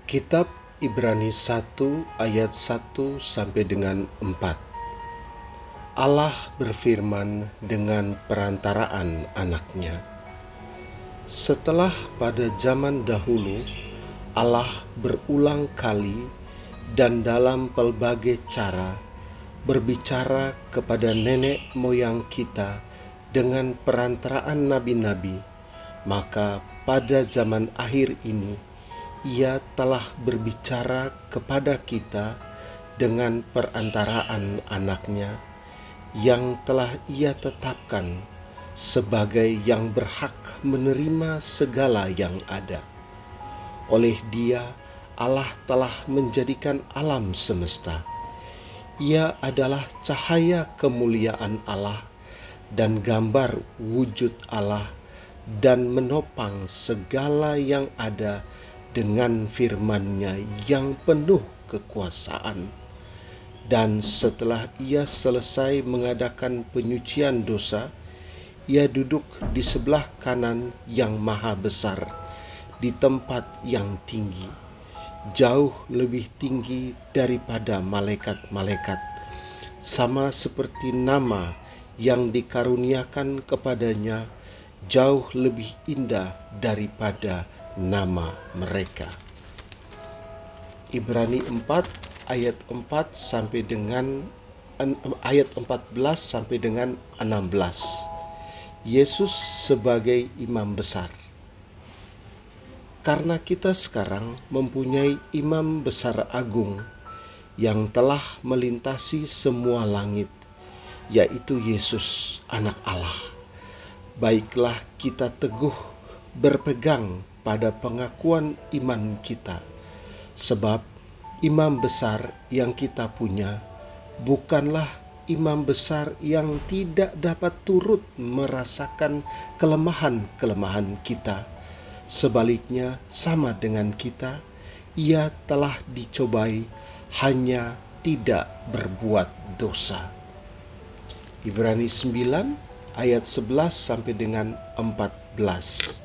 Kitab Ibrani 1 ayat 1 sampai dengan 4. Allah berfirman dengan perantaraan anaknya. Setelah pada zaman dahulu Allah berulang kali dan dalam pelbagai cara berbicara kepada nenek moyang kita dengan perantaraan nabi-nabi, maka pada zaman akhir ini Ia telah berbicara kepada kita dengan perantaraan anaknya yang telah Ia tetapkan sebagai yang berhak menerima segala yang ada. Oleh Dia, Allah telah menjadikan alam semesta. Ia adalah cahaya kemuliaan Allah dan gambar wujud Allah, dan menopang segala yang ada dengan firman-Nya yang penuh kekuasaan. Dan setelah Ia selesai mengadakan penyucian dosa, Ia duduk di sebelah kanan yang maha besar, di tempat yang tinggi, jauh lebih tinggi daripada malaikat-malaikat, sama seperti nama yang dikaruniakan kepadanya jauh lebih indah daripada nama mereka. Ibrani 4 ayat 4 sampai dengan ayat 14 sampai dengan 16. Yesus sebagai imam besar. Karena kita sekarang mempunyai imam besar agung yang telah melintasi semua langit, yaitu Yesus, Anak Allah. Baiklah kita teguh berpegang pada pengakuan iman kita, sebab imam besar yang kita punya bukanlah imam besar yang tidak dapat turut merasakan kelemahan-kelemahan kita. Sebaliknya, sama dengan kita, Ia telah dicobai, hanya tidak berbuat dosa. Ibrani 9 ayat 11 sampai dengan 14.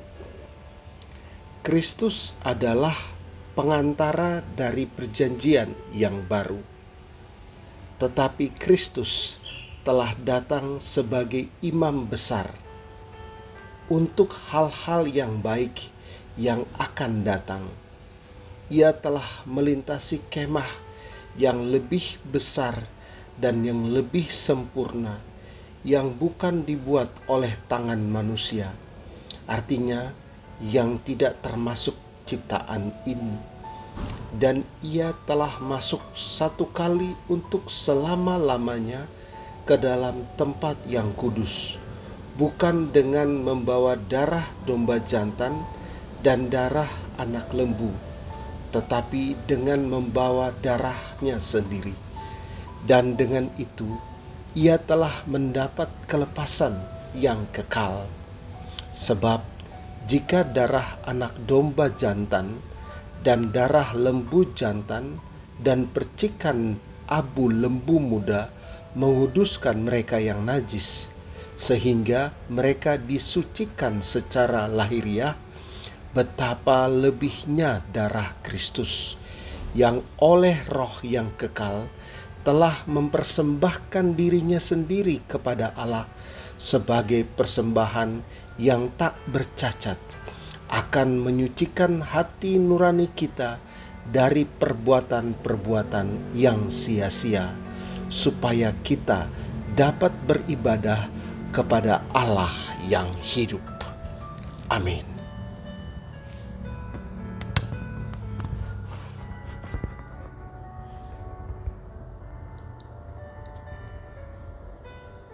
Kristus adalah pengantara dari perjanjian yang baru. Tetapi Kristus telah datang sebagai imam besar untuk hal-hal yang baik yang akan datang. Ia telah melintasi kemah yang lebih besar dan yang lebih sempurna, yang bukan dibuat oleh tangan manusia, artinya yang tidak termasuk ciptaan ini. Dan Ia telah masuk satu kali untuk selama-lamanya ke dalam tempat yang kudus, bukan dengan membawa darah domba jantan dan darah anak lembu, tetapi dengan membawa darahnya sendiri. Dan dengan itu Ia telah mendapat kelepasan yang kekal. Sebab jika darah anak domba jantan dan darah lembu jantan dan percikan abu lembu muda menguduskan mereka yang najis, sehingga mereka disucikan secara lahiriah, betapa lebihnya darah Kristus, yang oleh Roh yang kekal telah mempersembahkan dirinya sendiri kepada Allah sebagai persembahan yang tak bercacat, akan menyucikan hati nurani kita dari perbuatan-perbuatan yang sia-sia, supaya kita dapat beribadah kepada Allah yang hidup. Amin.